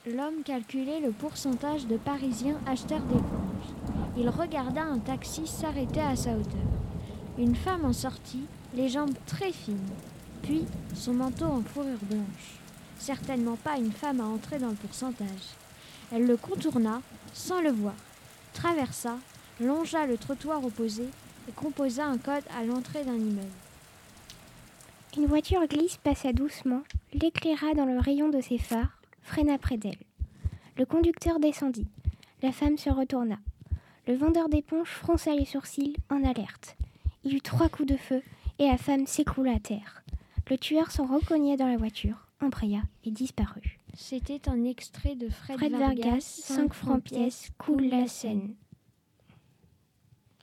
L'homme calculait le pourcentage de Parisiens acheteurs d'éponges. Il regarda un taxi s'arrêter à sa hauteur. Une femme en sortit, les jambes très fines, puis son manteau en fourrure blanche. Certainement pas une femme à entrer dans le pourcentage. Elle le contourna, sans le voir, traversa, longea le trottoir opposé et composa un code à l'entrée d'un immeuble. Une voiture glisse passa doucement, l'éclaira dans le rayon de ses phares, freina près d'elle. Le conducteur descendit. La femme se retourna. Le vendeur d'éponges fronça les sourcils en alerte. Il eut 3 coups de feu et la femme s'écroula à terre. Le tueur s'en recogna dans la voiture, embraya et disparut. C'était un extrait de Fred Vargas, 5 francs pièce, coule la Seine.